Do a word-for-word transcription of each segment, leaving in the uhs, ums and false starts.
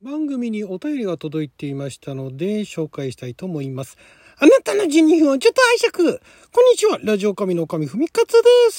番組にお便りが届いていましたので紹介したいと思います。あなたのじゅうにふんをちょっと拝借。こんにちは、ラジオ神の神ふみかつです。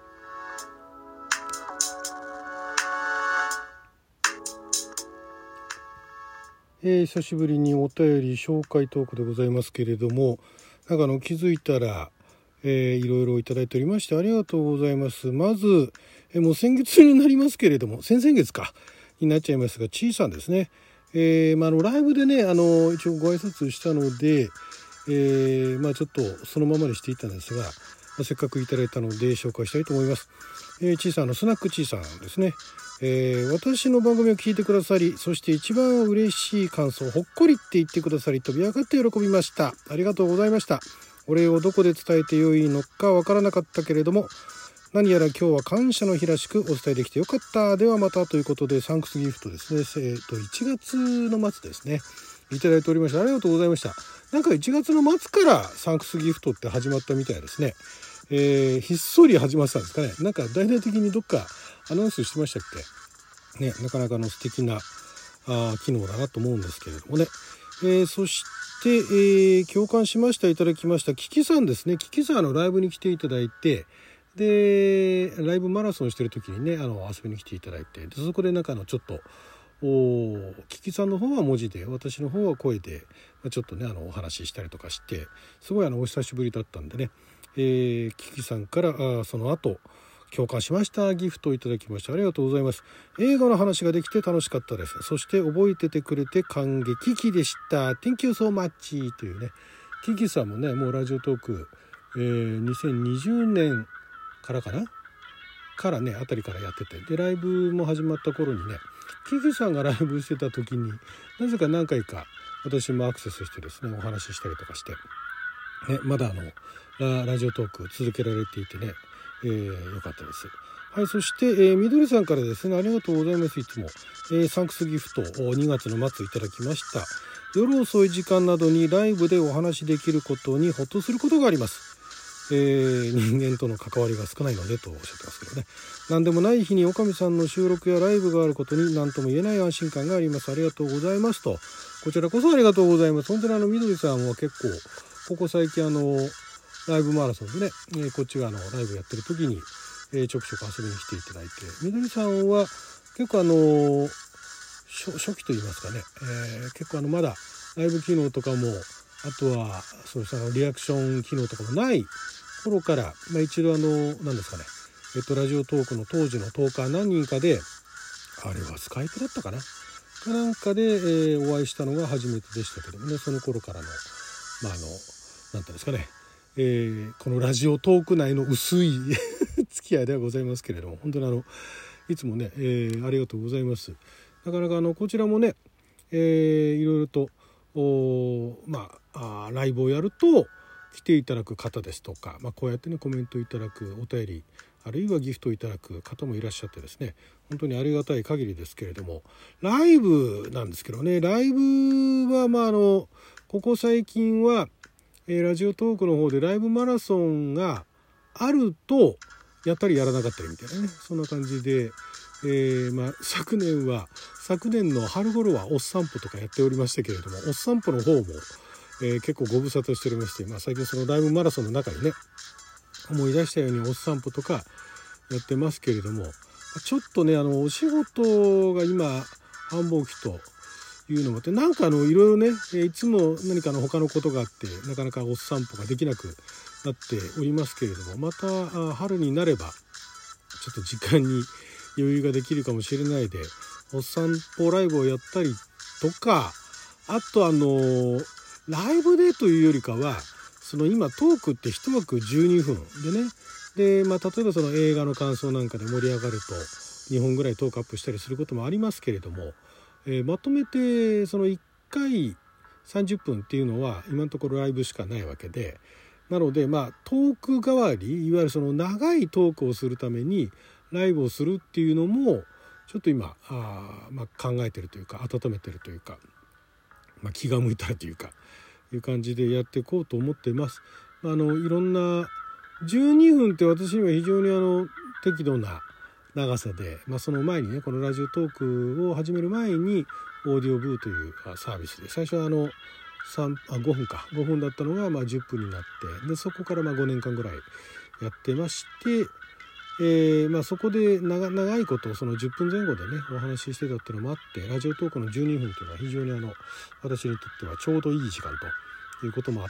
えー、久しぶりにお便り紹介トークでございますけれども、なんかあの気づいたら、えー、いろいろいただいておりましてありがとうございます。まず、えー、もう先月になりますけれども、先々月かになっちゃいますが、ちいさんですね。えーまあ、あのライブでね、あの一応ご挨拶したので、えーまあ、ちょっとそのままにしていたんですが、まあ、せっかくいただいたので紹介したいと思います。えー、ちいさんのスナックちいさんですね。えー、私の番組を聞いてくださり、そして一番嬉しい感想、ほっこりって言ってくださり、飛び上がって喜びました。ありがとうございました。お礼をどこで伝えてよいのかわからなかったけれども、何やら今日は感謝の日らしくお伝えできてよかった。ではまたということで、サンクスギフトですね。えー、といちがつの末ですね、いただいておりました。ありがとうございました。なんかいちがつの末からサンクスギフトって始まったみたいですね。えー、ひっそり始まってたんですかね。なんか大々的にどっかアナウンスしてましたっけね。なかなかの素敵なあ機能だなと思うんですけれどもね。えー、そして、えー、共感しました、いただきましたキキさんですね。キキさんのライブに来ていただいて、でライブマラソンしてる時にね、あの遊びに来ていただいて、でそこでなんかのちょっとおキキさんの方は文字で、私の方は声で、まあ、ちょっとねあのお話ししたりとかして、すごいあのお久しぶりだったんでね、えー、キキさんからあその後共感しましたギフトをいただきました。ありがとうございます。映画の話ができて楽しかったです。そして覚えててくれて感激。キキでした。 Thank you so much というね。キキさんもね、もうラジオトーク、えー、にせんにじゅうねんからかなからねあたりからやってて、でライブも始まった頃にね、キキさんがライブしてた時になぜか何回か私もアクセスしてですね、お話ししたりとかして、ね、まだあの ラ, ラジオトーク続けられていてね、えー、よかったです。はい、そして、えー、みどりさんからですね、ありがとうございます。いつも、えー、サンクスギフトをにがつの末いただきました。夜遅い時間などにライブでお話しできることにほっとすることがあります。えー、人間との関わりが少ないのでとおっしゃってますけどね。何でもない日におかみさんの収録やライブがあることに何とも言えない安心感があります。ありがとうございますと。こちらこそありがとうございます。本当にあのみどりさんは結構ここ最近あのライブマラソンでね、えー、こっちがあのライブやってる時に、えー、ちょくちょく遊びに来ていただいて、みどりさんは結構あのー、初, 初期といいますかね、えー、結構あのまだライブ機能とかも、あとはそうしたリアクション機能とかもない頃から、まあ、一度あの何ですかね、えっとラジオトークの当時のトーカー何人かで、あれはスカイプだったかなかなんかで、えー、お会いしたのが初めてでしたけどもね、その頃からのまああのなんていうんですかね、えー、このラジオトーク内の薄い付き合いではございますけれども、本当にあのいつもね、えー、ありがとうございます。なかなかあのこちらもね、えー、いろいろとおまあ、あライブをやると来ていただく方ですとか、まあ、こうやってねコメントいただく、お便りあるいはギフトいただく方もいらっしゃってですね、本当にありがたい限りですけれども、ライブなんですけどね、ライブはまああのここ最近は、えー、ラジオトークの方でライブマラソンがあるとやったりやらなかったりみたいなね、そんな感じで、えーまあ、昨年は昨年の春頃はおっさんぽとかやっておりましたけれども、おっさんぽの方も、えー、結構ご無沙汰しておりまして、まあ、最近そのライブマラソンの中にね思い出したようにおっさんぽとかやってますけれども、ちょっとねあのお仕事が今繁忙期というのもあって、なんかあのいろいろね、いつも何かの他のことがあってなかなかおっさんぽができなくなっておりますけれども、また春になればちょっと時間に余裕ができるかもしれないで、おっさんぽライブをやったりとか、あとあのライブでというよりかは、その今トークって一枠じゅうにふんでね、で、まあ、例えばその映画の感想なんかで盛り上がるとにほんぐらいトークアップしたりすることもありますけれども、えー、まとめてそのいっかいさんじゅっぷんっていうのは今のところライブしかないわけで、なのでまあトーク代わり、いわゆるその長いトークをするためにライブをするっていうのもちょっと今あ、まあ、考えてるというか温めてるというか、まあ、気が向いたらというかいう感じでやっていこうと思っています。あのいろんなじゅうにふんって私には非常にあの適度な長さで、まあ、その前にねこのラジオトークを始める前にオーディオブーというサービスで最初はあのさんあごふんかごふんだったのがまあじゅっぷんになってでそこからまあごねんかんぐらいやってまして、えーまあ、そこで 長, 長いことそのじゅっぷんぜん後でねお話ししてたっていうのもあってラジオトークのじゅうにふんというのは非常にあの私にとってはちょうどいい時間ということもあって、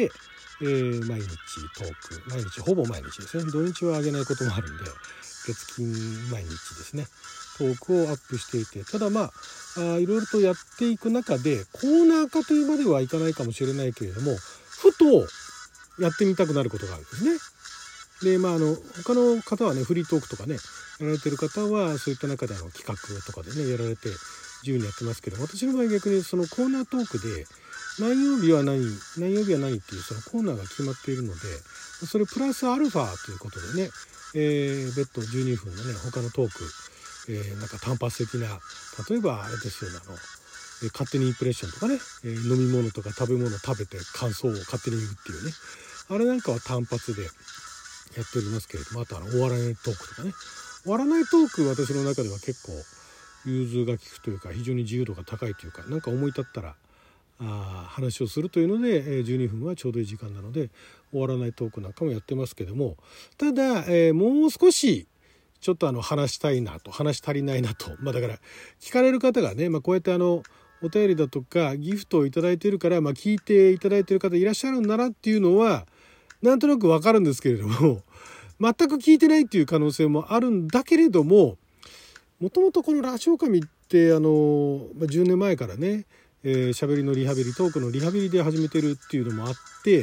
えー、毎日トーク毎日ほぼ毎日ですね土日は上げないこともあるんで月金毎日ですねトークをアップしていてただまああいろいろとやっていく中でコーナー化というまではいかないかもしれないけれどもふとやってみたくなることがあるんですね。でまああの他の方はねフリートークとかねやられてる方はそういった中であの企画とかでねやられて自由にやってますけど私の場合逆にそのコーナートークで何曜日は何何曜日は何っていうそのコーナーが決まっているのでそれプラスアルファということでね、えー、別途じゅうにふんのね他のトーク、えー、なんか単発的な例えばあれですよねあの勝手にインプレッションとかね、えー、飲み物とか食べ物を食べて感想を勝手に言うっていうねあれなんかは単発でやっておりますけれどもあとは終わらないトークとかね終わらないトーク私の中では結構融通が利くというか非常に自由度が高いというかなんか思い立ったらあ話をするというのでじゅうにふんはちょうどいい時間なので終わらないトークなんかもやってますけどもただ、えー、もう少しちょっとあの話したいなと話足りないなとまあだから聞かれる方がね、まあ、こうやってあのお便りだとかギフトをいただいているから、まあ、聞いていただいている方いらっしゃるんだなっていうのはなんとなくわかるんですけれども全く聞いてないっていう可能性もあるんだけれどももともとこのラジオ神ってあのじゅうねんまえからねえー、喋りのリハビリトークのリハビリで始めてるっていうのもあって、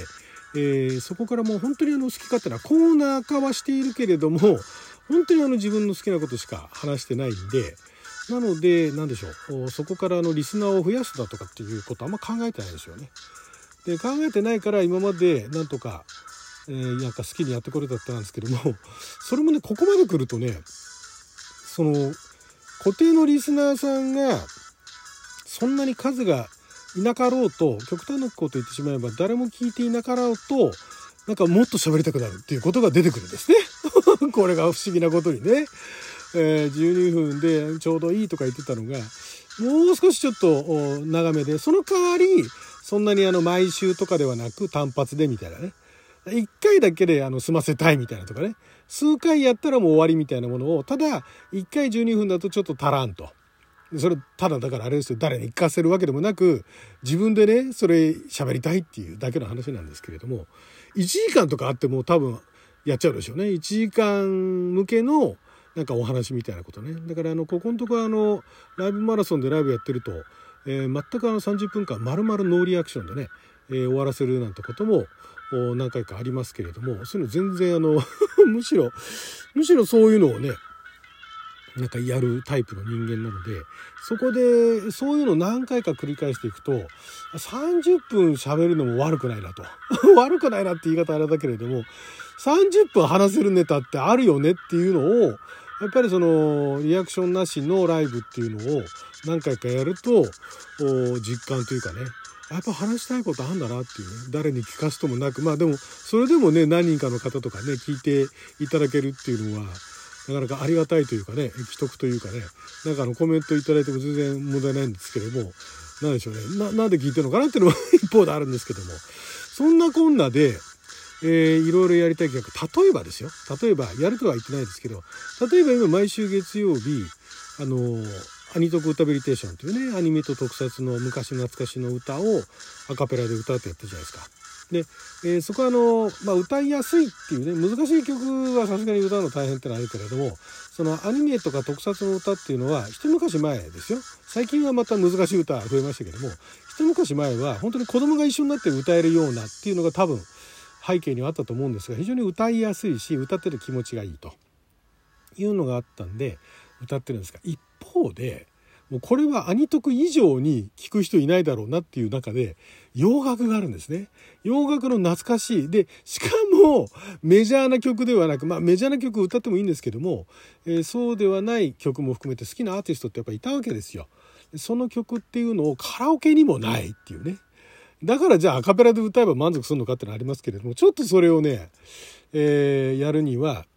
えー、そこからもう本当にあの好き勝手なコーナー化はしているけれども本当にあの自分の好きなことしか話してないんでなので何でしょうそこからあのリスナーを増やすだとかっていうことあんま考えてないですよね。で考えてないから今までなんとか、えー、なんか好きにやってこれたってなんですけどもそれもねここまで来るとねその固定のリスナーさんがそんなに数がいなかろうと極端なこと言ってしまえば誰も聞いていなかろうとなんかもっと喋りたくなるっていうことが出てくるんですねこれが不思議なことにね、えー、じゅうにふんでちょうどいいとか言ってたのがもう少しちょっと長めでその代わりそんなにあの毎週とかではなく単発でみたいなねいっかいだけであの済ませたいみたいなとかね数回やったらもう終わりみたいなものをただいっかいじゅうにふんだとちょっと足らんとそれただだからあれですよ誰に聞かせるわけでもなく自分でねそれ喋りたいっていうだけの話なんですけれどもいちじかんとかあっても多分やっちゃうでしょうねいちじかん向けのなんかお話みたいなことねだからあのここのとこあのライブマラソンでライブやってると、えー、全くあのさんじゅっぷんかん丸々ノーリアクションでね、えー、終わらせるなんてことも何回かありますけれどもそういうの全然あのむしろむしろそういうのをねなんかやるタイプの人間なのでそこでそういうのを何回か繰り返していくとさんじゅっぷん喋るのも悪くないなと悪くないなって言い方あれだけれどもさんじゅっぷん話せるネタってあるよねっていうのをやっぱりそのリアクションなしのライブっていうのを何回かやると実感というかねやっぱ話したいことあんだなっていうね誰に聞かすともなくまあでもそれでもね何人かの方とかね聞いていただけるっていうのはなかなかありがたいというかね既得というかねなんかあのコメントいただいても全然問題ないんですけどもなんでしょうね な, なんで聞いてるのかなっていうのも一方であるんですけどもそんなこんなで、えー、いろいろやりたい企画例えばですよ例えばやるとは言ってないですけど例えば今毎週月曜日あのアニトク歌ビリテーションというねアニメと特撮の昔懐かしの歌をアカペラで歌うってやってるじゃないですか。で、えー、そこはあの、まあ、歌いやすいっていうね難しい曲はさすがに歌うの大変ってのはあるけれどもそのアニメとか特撮の歌っていうのは一昔前ですよ最近はまた難しい歌増えましたけども一昔前は本当に子供が一緒になって歌えるようなっていうのが多分背景にはあったと思うんですが非常に歌いやすいし歌ってて気持ちがいいというのがあったんで歌ってるんですが一方でもうこれはアニトク以上に聞く人いないだろうなっていう中で洋楽があるんですね。洋楽の懐かしいでしかもメジャーな曲ではなくまあメジャーな曲歌ってもいいんですけども、えー、そうではない曲も含めて好きなアーティストってやっぱりいたわけですよ。その曲っていうのをカラオケにもないっていうねだからじゃあアカペラで歌えば満足するのかってのありますけれどもちょっとそれをね、えー、やるには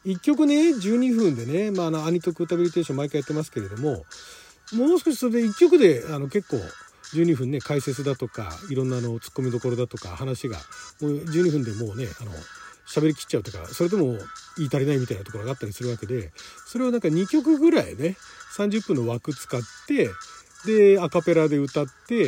いっきょくねじゅうにふんでね、まあ、あのアニトクータビリテーション毎回やってますけれども、もう少しそれでいっきょくであの結構じゅうにふんね解説だとかいろんなのツッコミどころだとか話がもうじゅうにふんでもうねあの喋り切っちゃうとか、それでも言い足りないみたいなところがあったりするわけで、それをなんかにきょくぐらいねさんじゅっぷんの枠使ってでアカペラで歌って、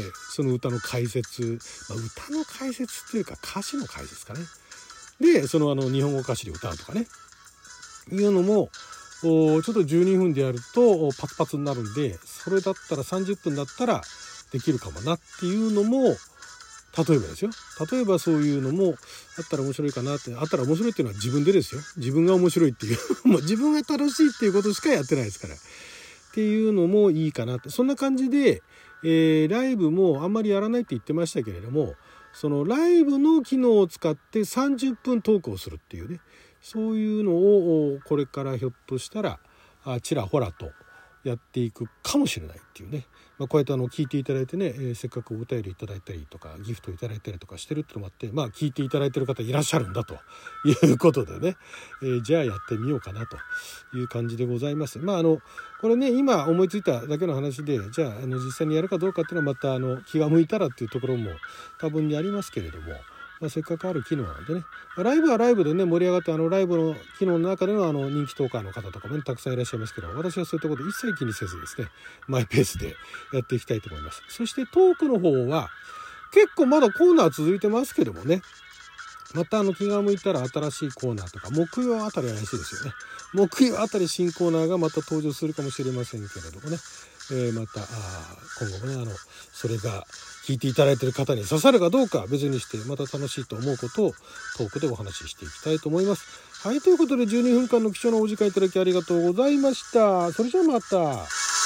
その歌の解説、まあ、歌の解説っていうか歌詞の解説かね、でそのあの日本語歌詞で歌うとかねいうのもちょっとじゅうにふんでやるとパツパツになるんで、それだったらさんじゅっぷんだったらできるかもなっていうのも、例えばですよ、例えばそういうのもあったら面白いかなって、あったら面白いっていうのは自分でですよ、自分が面白いっていうもう自分が楽しいっていうことしかやってないですからっていうのもいいかなって、そんな感じで、えー、ライブもあんまりやらないって言ってましたけれども、そのライブの機能を使ってさんじゅっぷんトークをするっていうね、そういうのをこれからひょっとしたらあちらほらとやっていくかもしれないっていうね、まあ、こうやってあの聞いていただいてね、えー、せっかくお便りいただいたりとかギフトいただいたりとかしてるってのもあって、まあ聞いていただいてる方いらっしゃるんだということでね、えー、じゃあやってみようかなという感じでございます。まああのこれね今思いついただけの話で、じゃあ、あの実際にやるかどうかっていうのはまたあの気が向いたらっていうところも多分にありますけれども、まあ、せっかくある機能なんでね、ライブはライブでね盛り上がって、あのライブの機能の中でのあの人気トーカーの方とかも、ね、たくさんいらっしゃいますけど、私はそういったこと一切気にせずですね、マイペースでやっていきたいと思います。そしてトークの方は結構まだコーナー続いてますけどもね、またあの気が向いたら新しいコーナーとか、木曜あたり怪しいですよね、木曜あたり新コーナーがまた登場するかもしれませんけれどもね、えー、またあ今後もねあのそれが聞いていただいている方に刺さるかどうか別にして、また楽しいと思うことをトークでお話ししていきたいと思います。はい、ということでじゅうにふんかんの貴重なお時間いただきありがとうございました。それじゃあまた。